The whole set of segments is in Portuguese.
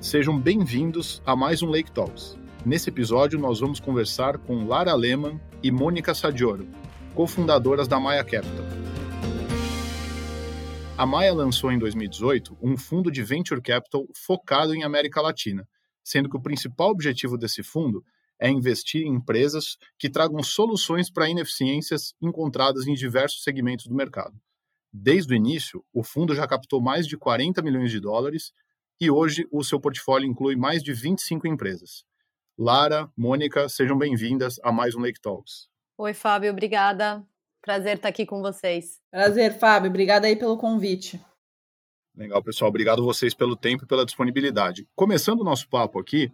Sejam bem-vindos a mais um Lake Talks. Nesse episódio, nós vamos conversar com Lara Lehmann e Mônica Sadioro, cofundadoras da Maya Capital. A Maya lançou em 2018 um fundo de Venture Capital focado em América Latina, sendo que o principal objetivo desse fundo é investir em empresas que tragam soluções para ineficiências encontradas em diversos segmentos do mercado. Desde o início, o fundo já captou mais de 40 milhões de dólares e hoje o seu portfólio inclui mais de 25 empresas. Lara, Mônica, sejam bem-vindas a mais um Lake Talks. Oi, Fábio, obrigada. Prazer estar aqui com vocês. Prazer, Fábio. Obrigada aí pelo convite. Legal, pessoal. Obrigado a vocês pelo tempo e pela disponibilidade. Começando o nosso papo aqui,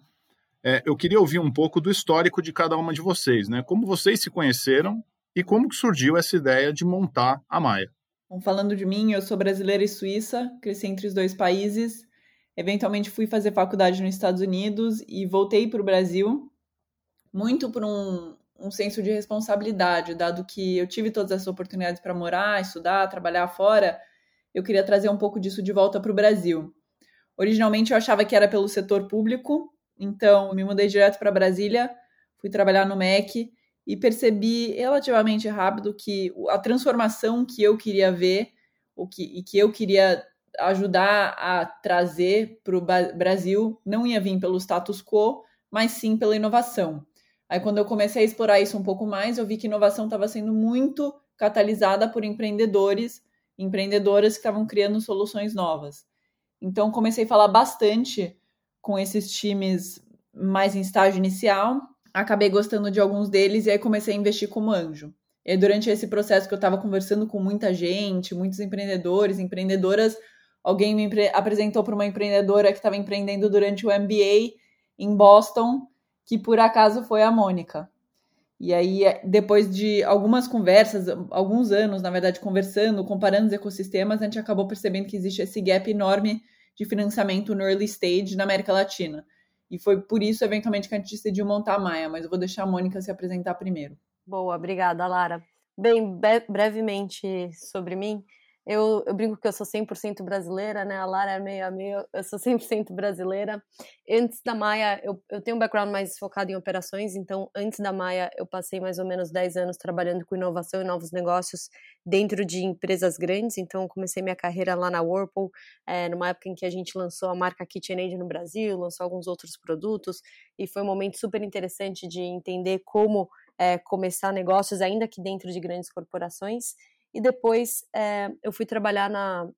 eu queria ouvir um pouco do histórico de cada uma de vocês, né? Como vocês se conheceram e como que surgiu essa ideia de montar a Maya. Bom, falando de mim, eu sou brasileira e suíça, cresci entre os dois países. Eventualmente fui fazer faculdade nos Estados Unidos e voltei para o Brasil, muito por um senso de responsabilidade, dado que eu tive todas essas oportunidades para morar, estudar, trabalhar fora, eu queria trazer um pouco disso de volta para o Brasil. Originalmente eu achava que era pelo setor público, então me mudei direto para Brasília, fui trabalhar no MEC e percebi relativamente rápido que a transformação que eu queria ver e que eu queria ajudar a trazer para o Brasil não ia vir pelo status quo, mas sim pela inovação. Aí quando eu comecei a explorar isso um pouco mais, eu vi que inovação estava sendo muito catalisada por empreendedoras que estavam criando soluções novas. Então comecei a falar bastante com esses times mais em estágio inicial, acabei gostando de alguns deles e aí comecei a investir como anjo. E aí, durante esse processo que eu estava conversando com muita gente, muitos empreendedores, empreendedoras, alguém me apresentou para uma empreendedora que estava empreendendo durante o MBA em Boston, que por acaso foi a Mônica. E aí, depois de algumas conversas, alguns anos, na verdade, conversando, comparando os ecossistemas, a gente acabou percebendo que existe esse gap enorme de financiamento no early stage na América Latina. E foi por isso, eventualmente, que a gente decidiu montar a Maya, mas eu vou deixar a Mônica se apresentar primeiro. Boa, obrigada, Lara. Bem, brevemente sobre mim, eu brinco que eu sou 100% brasileira, né? A Lara é meio a meio, eu sou 100% brasileira. Antes da Maya, eu tenho um background mais focado em operações, então antes da Maya eu passei mais ou menos 10 anos trabalhando com inovação e novos negócios dentro de empresas grandes, então comecei minha carreira lá na Whirlpool, numa época em que a gente lançou a marca KitchenAid no Brasil, lançou alguns outros produtos, e foi um momento super interessante de entender como começar negócios ainda que dentro de grandes corporações. E depois eu fui trabalhar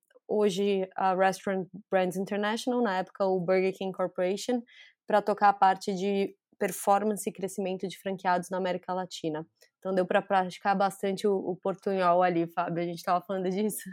hoje a Restaurant Brands International, na época o Burger King Corporation, para tocar a parte de performance e crescimento de franqueados na América Latina. Então deu para praticar bastante o portunhol ali, Fábio, a gente estava falando disso.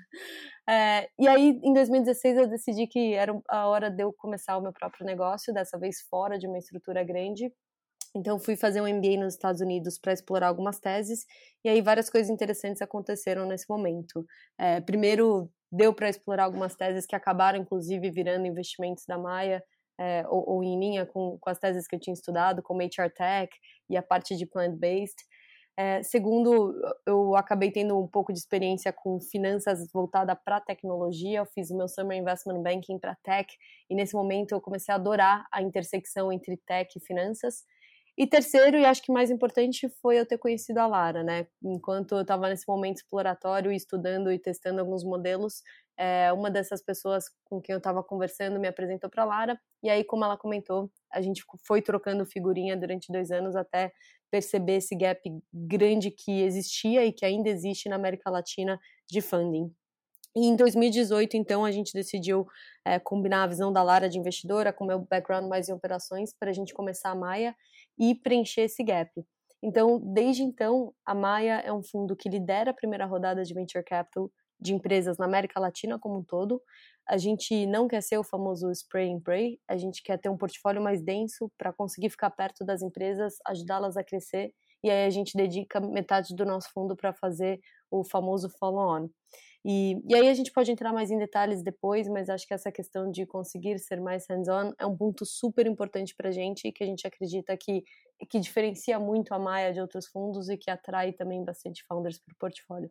E aí, em 2016, eu decidi que era a hora de eu começar o meu próprio negócio, dessa vez fora de uma estrutura grande. Então, fui fazer um MBA nos Estados Unidos para explorar algumas teses, e aí várias coisas interessantes aconteceram nesse momento. Primeiro, deu para explorar algumas teses que acabaram, inclusive, virando investimentos da Maya, ou em linha com as teses que eu tinha estudado, como HR Tech e a parte de plant-based. Segundo, eu acabei tendo um pouco de experiência com finanças voltada para tecnologia. Eu fiz o meu Summer Investment Banking para tech, e nesse momento eu comecei a adorar a intersecção entre tech e finanças. E terceiro, e acho que mais importante, foi eu ter conhecido a Lara, né? Enquanto eu estava nesse momento exploratório, estudando e testando alguns modelos, uma dessas pessoas com quem eu estava conversando me apresentou para a Lara, e aí, como ela comentou, a gente foi trocando figurinha durante 2 anos até perceber esse gap grande que existia e que ainda existe na América Latina de funding. E em 2018, então, a gente decidiu combinar a visão da Lara de investidora com o meu background mais em operações para a gente começar a Maya e preencher esse gap. Então, desde então, a Maya é um fundo que lidera a primeira rodada de Venture Capital de empresas na América Latina como um todo. A gente não quer ser o famoso spray and pray, a gente quer ter um portfólio mais denso para conseguir ficar perto das empresas, ajudá-las a crescer, e aí a gente dedica metade do nosso fundo para fazer o famoso follow-on. E aí a gente pode entrar mais em detalhes depois, mas acho que essa questão de conseguir ser mais hands-on é um ponto super importante para a gente, que a gente acredita que diferencia muito a Maya de outros fundos e que atrai também bastante founders para o portfólio.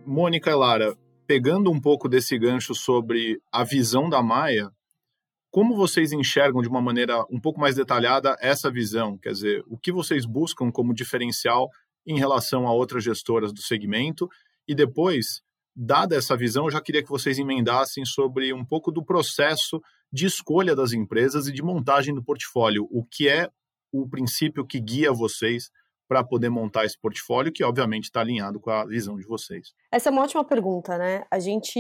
Mônica e Lara, pegando um pouco desse gancho sobre a visão da Maia, como vocês enxergam de uma maneira um pouco mais detalhada essa visão? Quer dizer, o que vocês buscam como diferencial em relação a outras gestoras do segmento? E depois, dada essa visão, eu já queria que vocês emendassem sobre um pouco do processo de escolha das empresas e de montagem do portfólio. O que é o princípio que guia vocês para poder montar esse portfólio, que obviamente está alinhado com a visão de vocês? Essa é uma ótima pergunta, né? A gente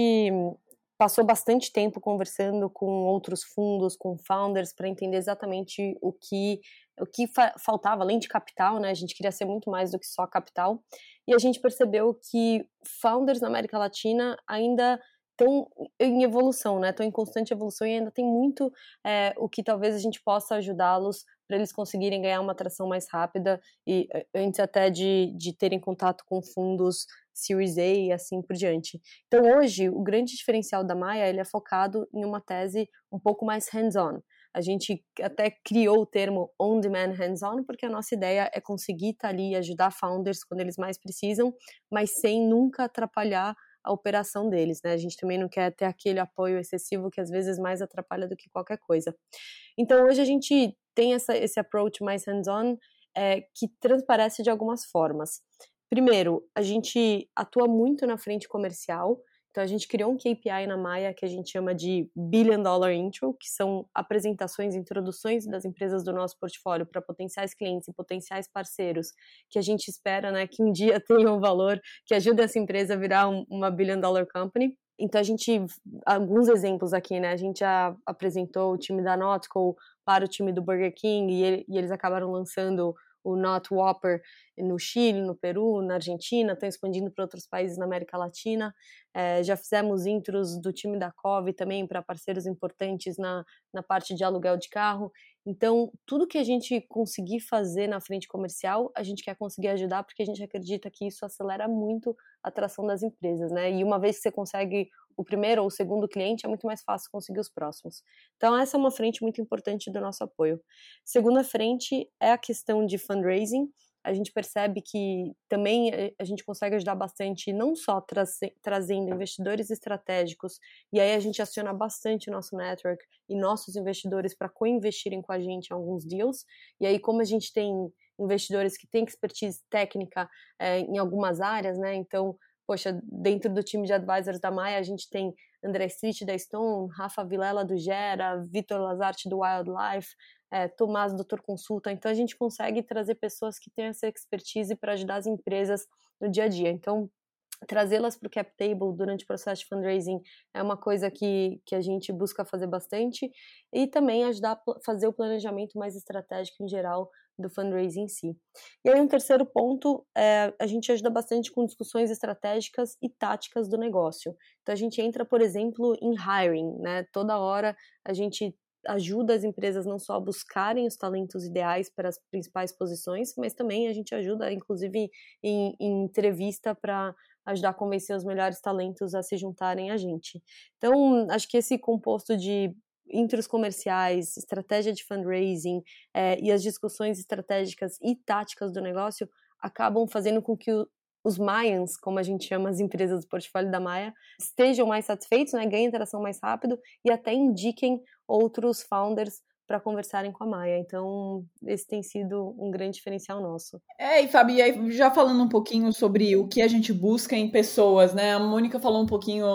passou bastante tempo conversando com outros fundos, com founders, para entender exatamente o que faltava, além de capital, né? A gente queria ser muito mais do que só capital. E a gente percebeu que founders na América Latina ainda estão em evolução, né? Estão em constante evolução e ainda tem muito o que talvez a gente possa ajudá-los para eles conseguirem ganhar uma atração mais rápida e antes até de terem contato com fundos Series A e assim por diante. Então hoje, o grande diferencial da Maia, ele é focado em uma tese um pouco mais hands-on. A gente até criou o termo on-demand hands-on, porque a nossa ideia é conseguir estar ali e ajudar founders quando eles mais precisam, mas sem nunca atrapalhar a operação deles, né? A gente também não quer ter aquele apoio excessivo que às vezes mais atrapalha do que qualquer coisa. Então hoje a gente tem esse approach mais hands-on que transparece de algumas formas. Primeiro, a gente atua muito na frente comercial, então a gente criou um KPI na Maia que a gente chama de Billion Dollar Intro, que são apresentações, introduções das empresas do nosso portfólio para potenciais clientes e potenciais parceiros, que a gente espera, né, que um dia tenham um valor que ajude essa empresa a virar uma Billion Dollar Company. Então a gente, alguns exemplos aqui, né, a gente já apresentou o time da Notco para o time do Burger King e eles acabaram lançando o Not Whopper no Chile, no Peru, na Argentina, estão expandindo para outros países na América Latina. Já fizemos intros do time da Cove também para parceiros importantes na parte de aluguel de carro. Então, tudo que a gente conseguir fazer na frente comercial, a gente quer conseguir ajudar, porque a gente acredita que isso acelera muito a atração das empresas, né? E uma vez que você consegue o primeiro ou o segundo cliente, é muito mais fácil conseguir os próximos. Então, essa é uma frente muito importante do nosso apoio. Segunda frente é a questão de fundraising. A gente percebe que também a gente consegue ajudar bastante, não só trazendo investidores estratégicos, e aí a gente aciona bastante o nosso network e nossos investidores para co-investirem com a gente em alguns deals, e aí como a gente tem investidores que têm expertise técnica em algumas áreas, né, então, poxa, dentro do time de advisors da Maia, a gente tem André Street da Stone, Rafa Vilela do Gera, Vitor Lazarte do Wildlife, Tomás do Doutor Consulta. Então a gente consegue trazer pessoas que têm essa expertise para ajudar as empresas no dia a dia. Então trazê-las para o cap table durante o processo de fundraising é uma coisa que a gente busca fazer bastante, e também ajudar a fazer o planejamento mais estratégico em geral do fundraising em si. E aí um terceiro ponto, a gente ajuda bastante com discussões estratégicas e táticas do negócio. Então a gente entra, por exemplo, em hiring, né? Toda hora a gente ajuda as empresas não só a buscarem os talentos ideais para as principais posições, mas também a gente ajuda, inclusive, em entrevista para ajudar a convencer os melhores talentos a se juntarem a gente. Então, acho que esse composto de intros comerciais, estratégia de fundraising e as discussões estratégicas e táticas do negócio acabam fazendo com que os Mayans, como a gente chama as empresas do portfólio da Maia, estejam mais satisfeitos, né, ganhem interação mais rápido e até indiquem outros founders para conversarem com a Maia. Então, esse tem sido um grande diferencial nosso. E Fabi, aí já falando um pouquinho sobre o que a gente busca em pessoas, né? A Mônica falou um pouquinho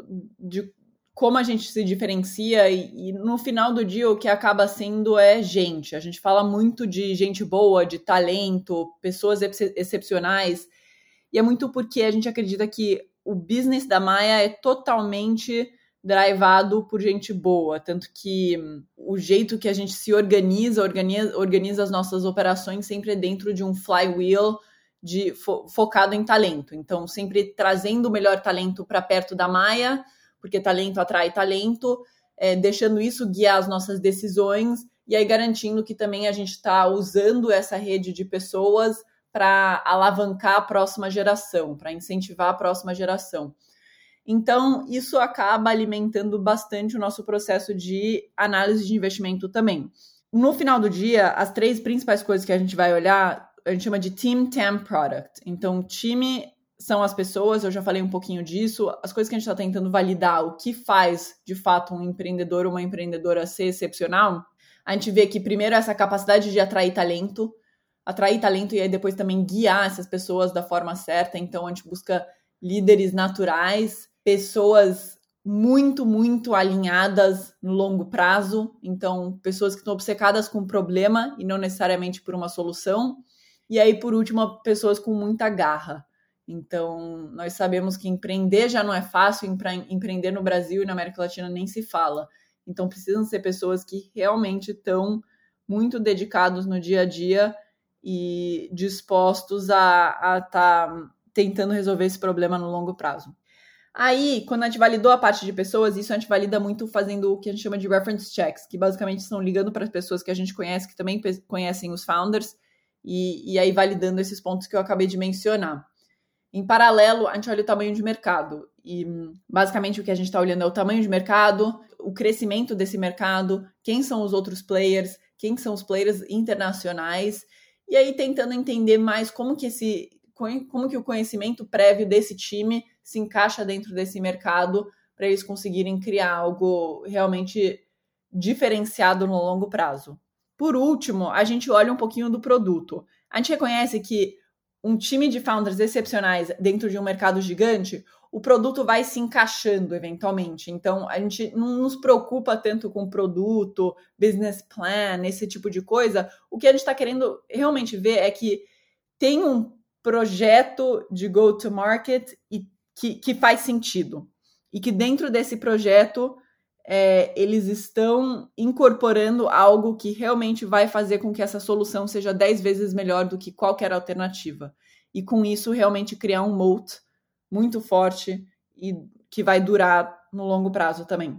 de como a gente se diferencia e no final do dia o que acaba sendo é gente. A gente fala muito de gente boa, de talento, pessoas excepcionais, e é muito porque a gente acredita que o business da Maia é totalmente drivado por gente boa, tanto que o jeito que a gente se organiza as nossas operações sempre é dentro de um flywheel focado em talento. Então, sempre trazendo o melhor talento para perto da Maia, porque talento atrai talento, deixando isso guiar as nossas decisões e aí garantindo que também a gente está usando essa rede de pessoas para alavancar a próxima geração, para incentivar a próxima geração. Então, isso acaba alimentando bastante o nosso processo de análise de investimento também. No final do dia, as 3 principais coisas que a gente vai olhar, a gente chama de Team, TAM, Product. Então, time são as pessoas, eu já falei um pouquinho disso, as coisas que a gente está tentando validar, o que faz, de fato, um empreendedor ou uma empreendedora ser excepcional, a gente vê que, primeiro, essa capacidade de atrair talento e aí depois também guiar essas pessoas da forma certa. Então, a gente busca líderes naturais, pessoas muito, muito alinhadas no longo prazo. Então, pessoas que estão obcecadas com o problema e não necessariamente por uma solução. E aí, por último, pessoas com muita garra. Então, nós sabemos que empreender já não é fácil, empreender no Brasil e na América Latina nem se fala. Então, precisam ser pessoas que realmente estão muito dedicados no dia a dia e dispostos a estar tentando resolver esse problema no longo prazo. Aí, quando a gente validou a parte de pessoas, isso a gente valida muito fazendo o que a gente chama de reference checks, que basicamente são ligando para as pessoas que a gente conhece, que também conhecem os founders, e aí validando esses pontos que eu acabei de mencionar. Em paralelo, a gente olha o tamanho de mercado. E basicamente o que a gente está olhando é o tamanho de mercado, o crescimento desse mercado, quem são os outros players, quem são os players internacionais, e aí tentando entender mais como que o conhecimento prévio desse time se encaixa dentro desse mercado para eles conseguirem criar algo realmente diferenciado no longo prazo. Por último, a gente olha um pouquinho do produto. A gente reconhece que um time de founders excepcionais dentro de um mercado gigante, o produto vai se encaixando eventualmente. Então, a gente não nos preocupa tanto com produto, business plan, esse tipo de coisa. O que a gente está querendo realmente ver é que tem um projeto de go-to-market que faz sentido. E que dentro desse projeto, eles estão incorporando algo que realmente vai fazer com que essa solução seja 10 vezes melhor do que qualquer alternativa. E com isso, realmente criar um moat muito forte e que vai durar no longo prazo também.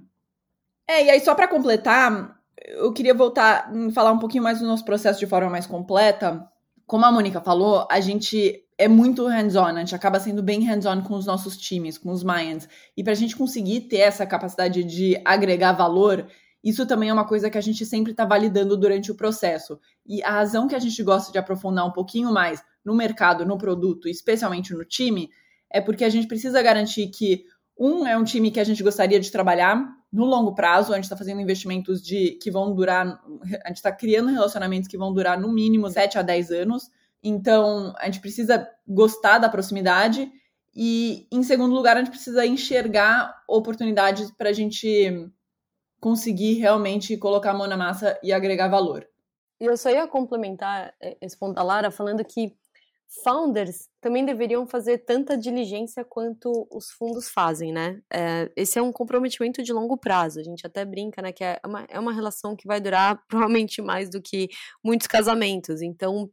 E aí, só para completar, eu queria voltar e falar um pouquinho mais do nosso processo de forma mais completa. Como a Mônica falou, a gente é muito hands-on, a gente acaba sendo bem hands-on com os nossos times, com os Mayans. E para a gente conseguir ter essa capacidade de agregar valor, isso também é uma coisa que a gente sempre está validando durante o processo. E a razão que a gente gosta de aprofundar um pouquinho mais no mercado, no produto, especialmente no time, é porque a gente precisa garantir que é um time que a gente gostaria de trabalhar no longo prazo. A gente está fazendo investimentos que vão durar, a gente está criando relacionamentos que vão durar no mínimo 7 a 10 anos. Então, a gente precisa gostar da proximidade e, em segundo lugar, a gente precisa enxergar oportunidades para a gente conseguir realmente colocar a mão na massa e agregar valor. E eu só ia complementar esse ponto da Lara falando que founders também deveriam fazer tanta diligência quanto os fundos fazem, né? Esse é um comprometimento de longo prazo. A gente até brinca, né, que é uma relação que vai durar provavelmente mais do que muitos casamentos. Então,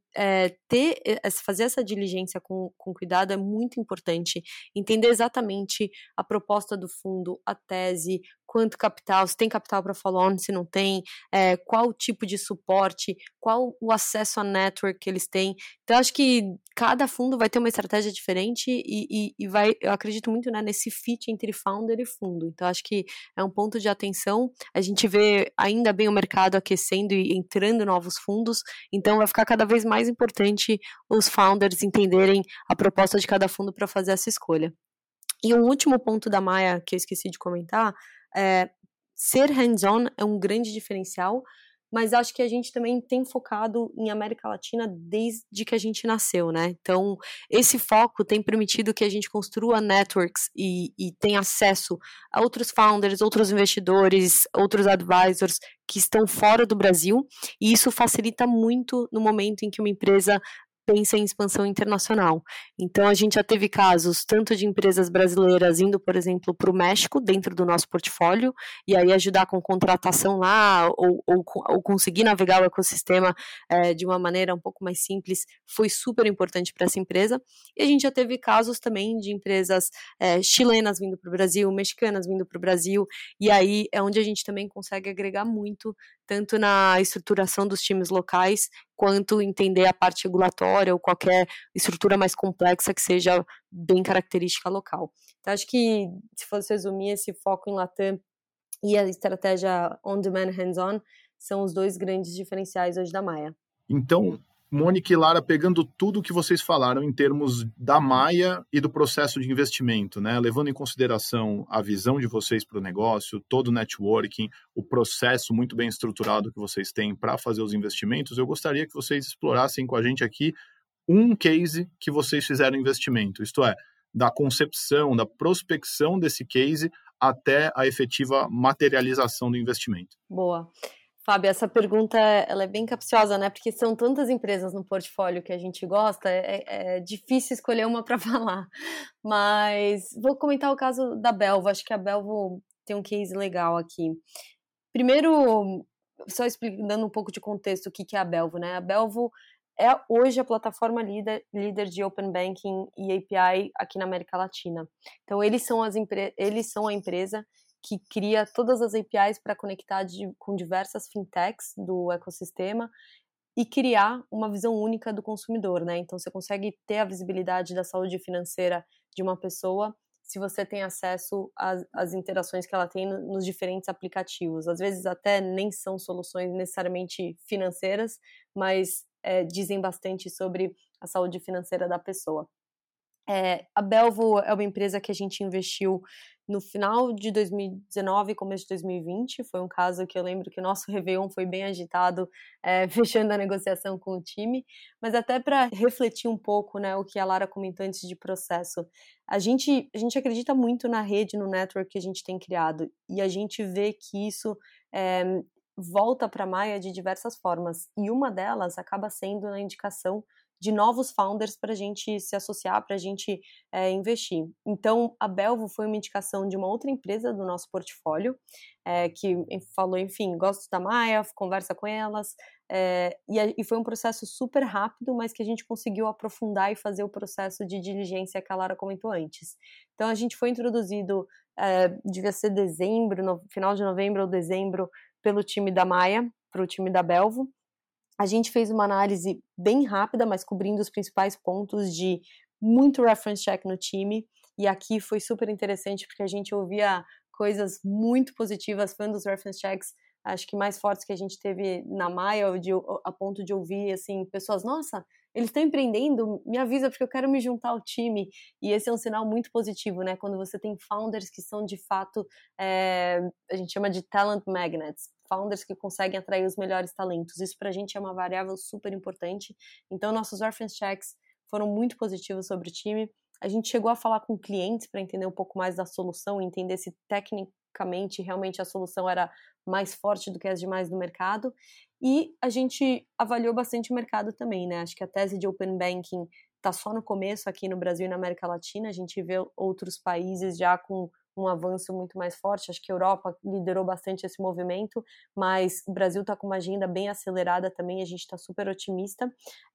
fazer essa diligência com cuidado é muito importante. Entender exatamente a proposta do fundo, a tese, quanto capital, se tem capital para follow-on, se não tem, qual tipo de suporte, qual o acesso a network que eles têm. Então, acho que cada fundo vai ter uma estratégia diferente e eu acredito muito, né, nesse fit entre founder e fundo. Então, acho que é um ponto de atenção. A gente vê ainda bem o mercado aquecendo e entrando novos fundos, então vai ficar cada vez mais importante os founders entenderem a proposta de cada fundo para fazer essa escolha. E um último ponto da Maya que eu esqueci de comentar, ser hands-on é um grande diferencial, mas acho que a gente também tem focado em América Latina desde que a gente nasceu, né? Então, esse foco tem permitido que a gente construa networks e tenha acesso a outros founders, outros investidores, outros advisors que estão fora do Brasil, e isso facilita muito no momento em que uma empresa pensa em expansão internacional. Então, a gente já teve casos tanto de empresas brasileiras indo, por exemplo, para o México, dentro do nosso portfólio, e aí ajudar com contratação lá, ou conseguir navegar o ecossistema de uma maneira um pouco mais simples, foi super importante para essa empresa. E a gente já teve casos também de empresas chilenas vindo para o Brasil, mexicanas vindo para o Brasil, e aí é onde a gente também consegue agregar muito, tanto na estruturação dos times locais, quanto entender a parte regulatória ou qualquer estrutura mais complexa que seja bem característica local. Então, acho que, se fosse resumir, esse foco em Latam e a estratégia on-demand, hands-on, são os dois grandes diferenciais hoje da Maya. Então, Mônica e Lara, pegando tudo que vocês falaram em termos da Maia e do processo de investimento, né? Levando em consideração a visão de vocês para o negócio, todo o networking, o processo muito bem estruturado que vocês têm para fazer os investimentos, eu gostaria que vocês explorassem com a gente aqui um case que vocês fizeram investimento, isto é, da concepção, da prospecção desse case até a efetiva materialização do investimento. Boa. Fábio, essa pergunta ela é bem capciosa, né? Porque são tantas empresas no portfólio que a gente gosta, é difícil escolher uma para falar. Mas vou comentar o caso da Belvo. Acho que a Belvo tem um case legal aqui. Primeiro, só dando um pouco de contexto o que é a Belvo, né? A Belvo é hoje a plataforma líder de Open Banking e API aqui na América Latina. Então, eles são a empresa que cria todas as APIs para conectar com diversas fintechs do ecossistema e criar uma visão única do consumidor, né? Então, você consegue ter a visibilidade da saúde financeira de uma pessoa se você tem acesso às interações que ela tem nos diferentes aplicativos. Às vezes, até nem são soluções necessariamente financeiras, mas dizem bastante sobre a saúde financeira da pessoa. A Belvo é uma empresa que a gente investiu no final de 2019 e começo de 2020. Foi um caso que eu lembro que o nosso Réveillon foi bem agitado, fechando a negociação com o time. Mas até para refletir um pouco, né, o que a Lara comentou antes de processo, a gente acredita muito na rede, no network que a gente tem criado. E a gente vê que isso volta para a Maia de diversas formas. E uma delas acaba sendo na indicação de novos founders para a gente se associar, para a gente investir. Então, a Belvo foi uma indicação de uma outra empresa do nosso portfólio, que falou, enfim, gosto da Maia, conversa com elas, e foi um processo super rápido, mas que a gente conseguiu aprofundar e fazer o processo de diligência que a Lara comentou antes. Então, a gente foi introduzido, devia ser dezembro, no final de novembro ou dezembro, pelo time da Maia, para o time da Belvo. A gente fez uma análise bem rápida, mas cobrindo os principais pontos de muito reference check no time, e aqui foi super interessante porque a gente ouvia coisas muito positivas, foi um dos reference checks, acho que mais fortes que a gente teve na Maia, a ponto de ouvir, assim, pessoas, nossa, eles estão empreendendo, me avisa porque eu quero me juntar ao time, e esse é um sinal muito positivo, né, quando você tem founders que são de fato, a gente chama de talent magnets, founders que conseguem atrair os melhores talentos, isso pra gente é uma variável super importante, então nossos reference checks foram muito positivos sobre o time, a gente chegou a falar com clientes para entender um pouco mais da solução, entender se tecnicamente realmente a solução era mais forte do que as demais do mercado, e a gente avaliou bastante o mercado também, né? Acho que a tese de Open Banking está só no começo aqui no Brasil e na América Latina, a gente vê outros países já com um avanço muito mais forte, acho que a Europa liderou bastante esse movimento, mas o Brasil está com uma agenda bem acelerada também, a gente está super otimista,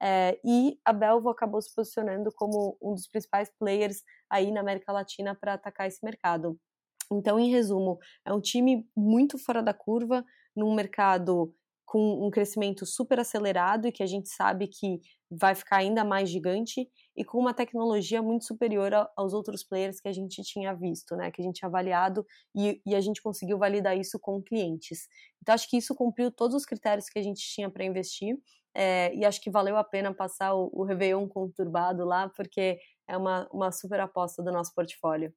e a Belvo acabou se posicionando como um dos principais players aí na América Latina para atacar esse mercado. Então, em resumo, é um time muito fora da curva, num mercado com um crescimento super acelerado e que a gente sabe que vai ficar ainda mais gigante e com uma tecnologia muito superior aos outros players que a gente tinha visto, né, que a gente tinha avaliado e a gente conseguiu validar isso com clientes. Então, acho que isso cumpriu todos os critérios que a gente tinha para investir e acho que valeu a pena passar o Réveillon conturbado lá, porque é uma super aposta do nosso portfólio.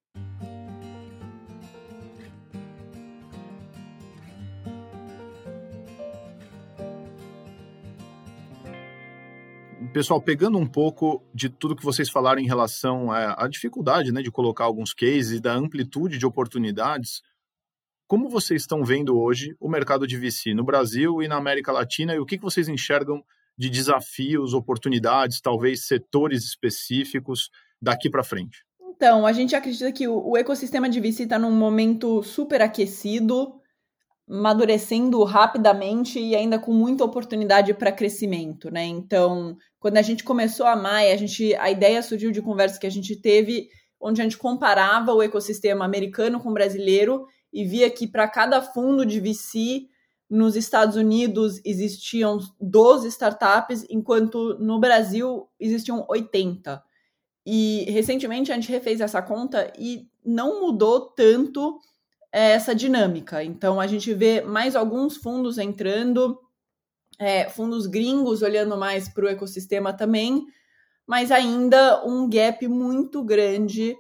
Pessoal, pegando um pouco de tudo que vocês falaram em relação à dificuldade, né, de colocar alguns cases e da amplitude de oportunidades, como vocês estão vendo hoje o mercado de VC no Brasil e na América Latina e o que vocês enxergam de desafios, oportunidades, talvez setores específicos daqui para frente? Então, a gente acredita que o ecossistema de VC está num momento super aquecido, amadurecendo rapidamente e ainda com muita oportunidade para crescimento, né? Então, quando a gente começou a Maia, a ideia surgiu de conversa que a gente teve, onde a gente comparava o ecossistema americano com o brasileiro e via que para cada fundo de VC nos Estados Unidos existiam 12 startups, enquanto no Brasil existiam 80. E recentemente a gente refez essa conta e não mudou tanto essa dinâmica. Então, a gente vê mais alguns fundos entrando, fundos gringos olhando mais para o ecossistema também, mas ainda um gap muito grande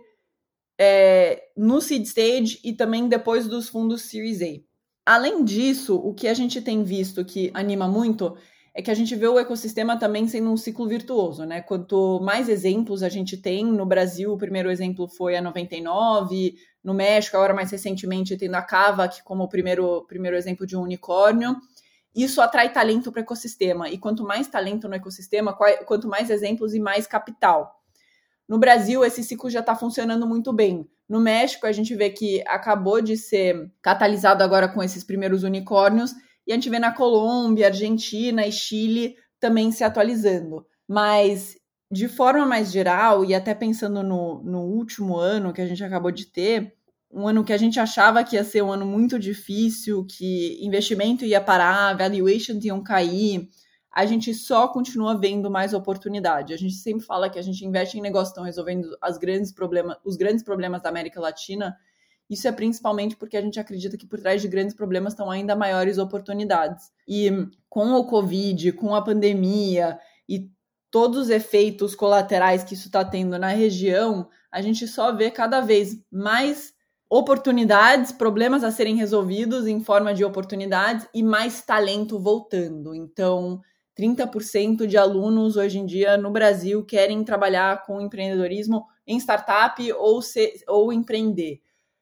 no seed stage e também depois dos fundos Series A. Além disso, o que a gente tem visto que anima muito é que a gente vê o ecossistema também sendo um ciclo virtuoso, né? Quanto mais exemplos a gente tem, no Brasil o primeiro exemplo foi a 99, no México, agora mais recentemente tendo a Kavak como o primeiro exemplo de um unicórnio, isso atrai talento para o ecossistema, e quanto mais talento no ecossistema, quanto mais exemplos e mais capital. No Brasil, esse ciclo já está funcionando muito bem. No México, a gente vê que acabou de ser catalisado agora com esses primeiros unicórnios, e a gente vê na Colômbia, Argentina e Chile também se atualizando. Mas, de forma mais geral, e até pensando no último ano que a gente acabou de ter, um ano que a gente achava que ia ser um ano muito difícil, que investimento ia parar, valuations iam cair, a gente só continua vendo mais oportunidade. A gente sempre fala que a gente investe em negócios que estão resolvendo os grandes problemas da América Latina. Isso é principalmente porque a gente acredita que por trás de grandes problemas estão ainda maiores oportunidades. E com o Covid, com a pandemia e todos os efeitos colaterais que isso está tendo na região, a gente só vê cada vez mais oportunidades, problemas a serem resolvidos em forma de oportunidades e mais talento voltando. Então, 30% de alunos hoje em dia no Brasil querem trabalhar com empreendedorismo em startup ou empreender.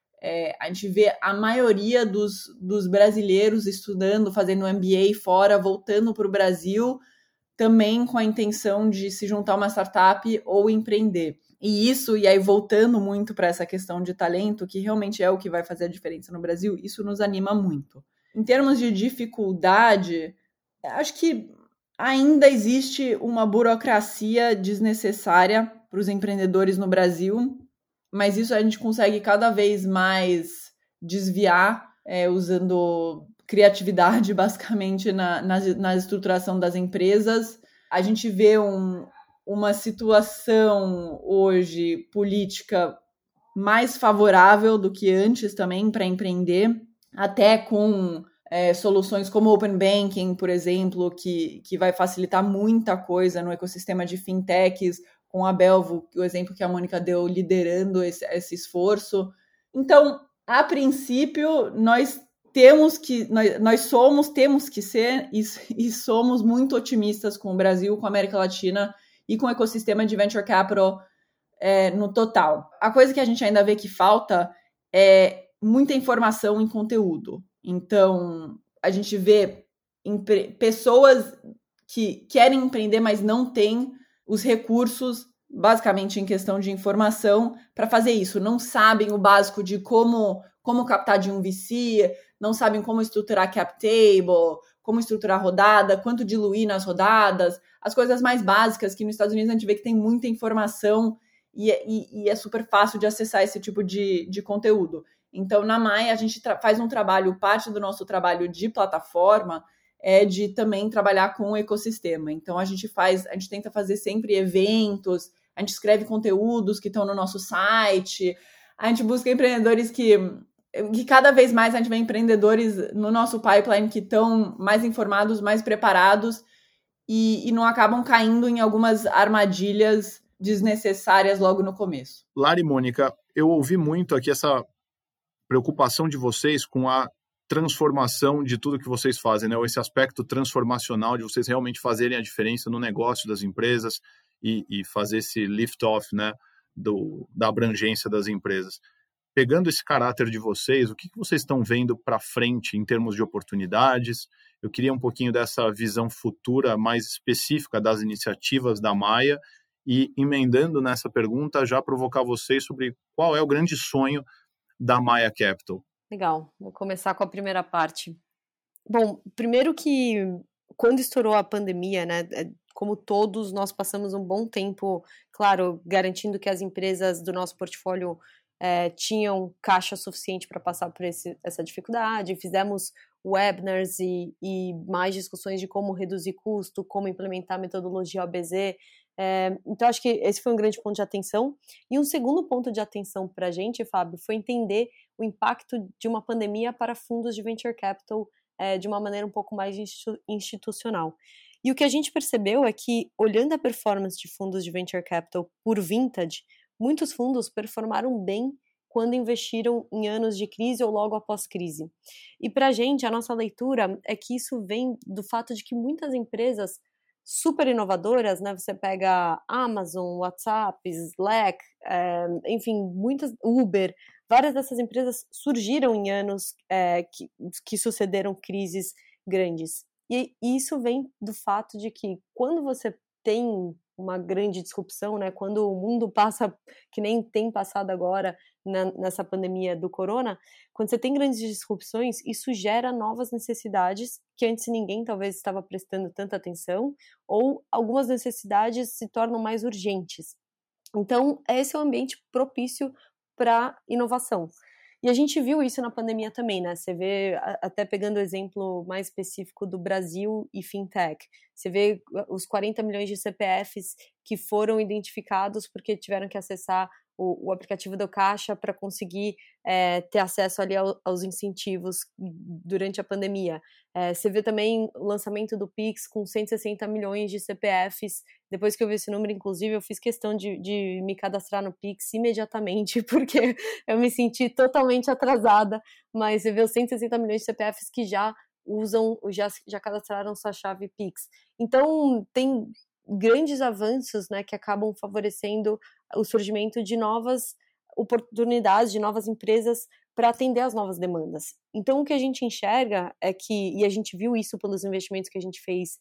A gente vê a maioria dos brasileiros estudando, fazendo MBA fora, voltando para o Brasil, também com a intenção de se juntar a uma startup ou empreender. E aí voltando muito para essa questão de talento, que realmente é o que vai fazer a diferença no Brasil, isso nos anima muito. Em termos de dificuldade, acho que ainda existe uma burocracia desnecessária para os empreendedores no Brasil, mas isso a gente consegue cada vez mais desviar, usando criatividade, basicamente, na estruturação das empresas. A gente vê uma situação hoje política mais favorável do que antes também para empreender, até com soluções como Open Banking, por exemplo, que vai facilitar muita coisa no ecossistema de fintechs, com a Belvo, o exemplo que a Mônica deu, liderando esse esforço. Então, a princípio, nós temos que ser e somos muito otimistas com o Brasil, com a América Latina e com o ecossistema de Venture Capital no total. A coisa que a gente ainda vê que falta é muita informação em conteúdo. Então, a gente vê pessoas que querem empreender, mas não têm os recursos, basicamente em questão de informação, para fazer isso. Não sabem o básico de como captar de um VC, não sabem como estruturar cap table, como estruturar rodada, quanto diluir nas rodadas, as coisas mais básicas que nos Estados Unidos a gente vê que tem muita informação e é super fácil de acessar esse tipo de conteúdo. Então, na Maia, a gente faz um trabalho, parte do nosso trabalho de plataforma é de também trabalhar com o ecossistema. Então, a gente tenta fazer sempre eventos, a gente escreve conteúdos que estão no nosso site, a gente busca empreendedores que cada vez mais a gente vê empreendedores no nosso pipeline que estão mais informados, mais preparados e não acabam caindo em algumas armadilhas desnecessárias logo no começo. Lara e Mônica, eu ouvi muito aqui essa preocupação de vocês com a transformação de tudo que vocês fazem, né? Ou esse aspecto transformacional de vocês realmente fazerem a diferença no negócio das empresas e fazer esse lift-off, né, da abrangência das empresas. Pegando esse caráter de vocês, o que vocês estão vendo para frente em termos de oportunidades? Eu queria um pouquinho dessa visão futura mais específica das iniciativas da Maia e, emendando nessa pergunta, já provocar vocês sobre qual é o grande sonho da Maia Capital. Legal, vou começar com a primeira parte. Bom, primeiro que quando estourou a pandemia, né, como todos, nós passamos um bom tempo, claro, garantindo que as empresas do nosso portfólio tinham caixa suficiente para passar por essa dificuldade, fizemos webinars e mais discussões de como reduzir custo, como implementar a metodologia OBZ. Então, acho que esse foi um grande ponto de atenção. E um segundo ponto de atenção para a gente, Fábio, foi entender o impacto de uma pandemia para fundos de venture capital de uma maneira um pouco mais institucional. E o que a gente percebeu é que, olhando a performance de fundos de Venture Capital por vintage, muitos fundos performaram bem quando investiram em anos de crise ou logo após crise. E para a gente, a nossa leitura é que isso vem do fato de que muitas empresas super inovadoras, né? Você pega Amazon, WhatsApp, Slack, enfim, muitas, Uber, várias dessas empresas surgiram em anos que sucederam crises grandes. E isso vem do fato de que quando você tem uma grande disrupção, né? Quando o mundo passa, que nem tem passado agora nessa pandemia do corona, quando você tem grandes disrupções, isso gera novas necessidades que antes ninguém talvez estava prestando tanta atenção, ou algumas necessidades se tornam mais urgentes. Então, esse é o ambiente propício para inovação. E a gente viu isso na pandemia também, né? Você vê, até pegando o exemplo mais específico do Brasil e fintech, você vê os 40 milhões de CPFs que foram identificados porque tiveram que acessar o aplicativo do Caixa para conseguir ter acesso ali aos incentivos durante a pandemia. Você vê também o lançamento do Pix com 160 milhões de CPFs. Depois que eu vi esse número, inclusive, eu fiz questão de me cadastrar no Pix imediatamente, porque eu me senti totalmente atrasada, mas você vê os 160 milhões de CPFs que já usam, já cadastraram sua chave Pix. Então, tem grandes avanços, né, que acabam favorecendo o surgimento de novas oportunidades, de novas empresas para atender às novas demandas. Então, o que a gente enxerga é que, e a gente viu isso pelos investimentos que a gente fez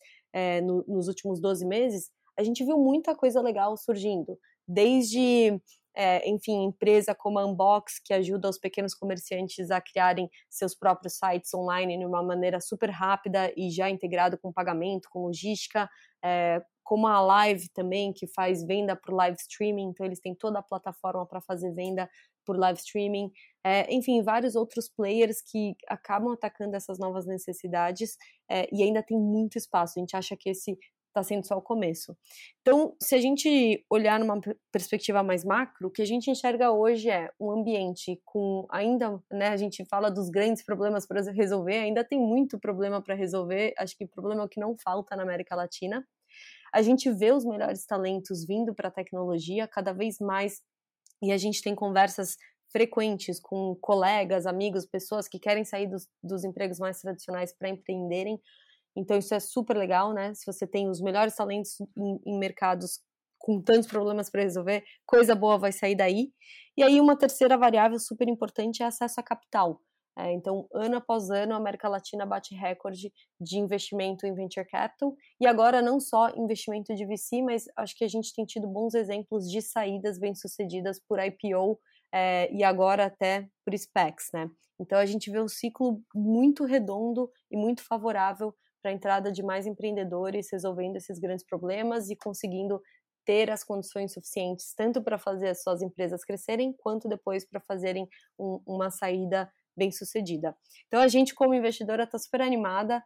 nos últimos 12 meses, a gente viu muita coisa legal surgindo, desde, enfim, empresa como a Unbox, que ajuda os pequenos comerciantes a criarem seus próprios sites online de uma maneira super rápida e já integrado com pagamento, com logística, como a Live também, que faz venda por live streaming, então eles têm toda a plataforma para fazer venda por live streaming, enfim, vários outros players que acabam atacando essas novas necessidades e ainda tem muito espaço. A gente acha que esse está sendo só o começo. Então, se a gente olhar numa perspectiva mais macro, o que a gente enxerga hoje é um ambiente com ainda, né, a gente fala dos grandes problemas para resolver, ainda tem muito problema para resolver, acho que o problema é o que não falta na América Latina. A gente vê os melhores talentos vindo para a tecnologia cada vez mais, e a gente tem conversas frequentes com colegas, amigos, pessoas que querem sair dos empregos mais tradicionais para empreenderem. Então isso é super legal, né? Se você tem os melhores talentos em mercados com tantos problemas para resolver, coisa boa vai sair daí. E aí uma terceira variável super importante é acesso a capital. Então, ano após ano, a América Latina bate recorde de investimento em Venture Capital, e agora não só investimento de VC, mas acho que a gente tem tido bons exemplos de saídas bem-sucedidas por IPO e agora até por SPACs, né? Então, a gente vê um ciclo muito redondo e muito favorável para a entrada de mais empreendedores resolvendo esses grandes problemas e conseguindo ter as condições suficientes tanto para fazer as suas empresas crescerem, quanto depois para fazerem uma saída bem-sucedida. Então, a gente, como investidora, está super animada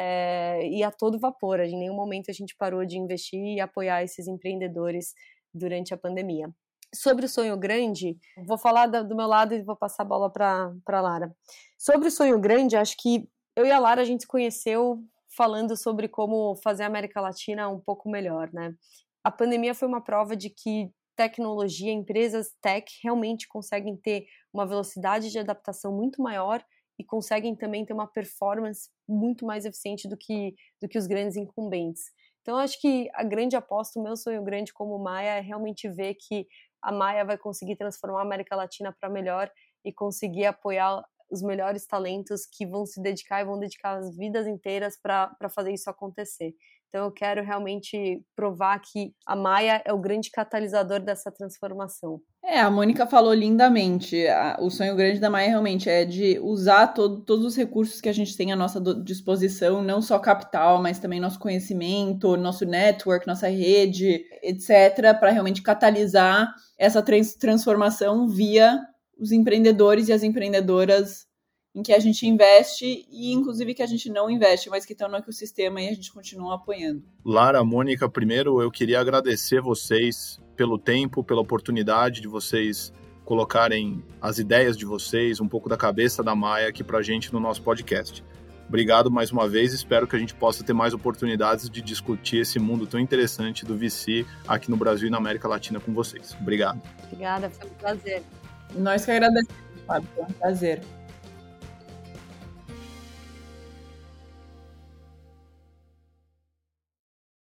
e a todo vapor. Em nenhum momento a gente parou de investir e apoiar esses empreendedores durante a pandemia. Sobre o sonho grande, vou falar do meu lado e vou passar a bola para a Lara. Sobre o sonho grande, acho que eu e a Lara, a gente se conheceu falando sobre como fazer a América Latina um pouco melhor, né? A pandemia foi uma prova de que tecnologia, empresas tech realmente conseguem ter uma velocidade de adaptação muito maior e conseguem também ter uma performance muito mais eficiente do que os grandes incumbentes. Então, acho que a grande aposta, o meu sonho grande como Maia é realmente ver que a Maia vai conseguir transformar a América Latina para melhor e conseguir apoiar os melhores talentos que vão se dedicar e vão dedicar as vidas inteiras para fazer isso acontecer. Então, eu quero realmente provar que a Maia é o grande catalisador dessa transformação. A Mônica falou lindamente. O sonho grande da Maia realmente é de usar todos os recursos que a gente tem à nossa disposição, não só capital, mas também nosso conhecimento, nosso network, nossa rede, etc., para realmente catalisar essa transformação via os empreendedores e as empreendedoras em que a gente investe e, inclusive, que a gente não investe, mas que estão no ecossistema e a gente continua apoiando. Lara, Mônica, primeiro eu queria agradecer vocês pelo tempo, pela oportunidade de vocês colocarem as ideias de vocês, um pouco da cabeça da Maia aqui pra gente no nosso podcast. Obrigado mais uma vez, espero que a gente possa ter mais oportunidades de discutir esse mundo tão interessante do VC aqui no Brasil e na América Latina com vocês. Obrigado. Obrigada, foi um prazer. Nós que agradecemos, Fábio, foi um prazer.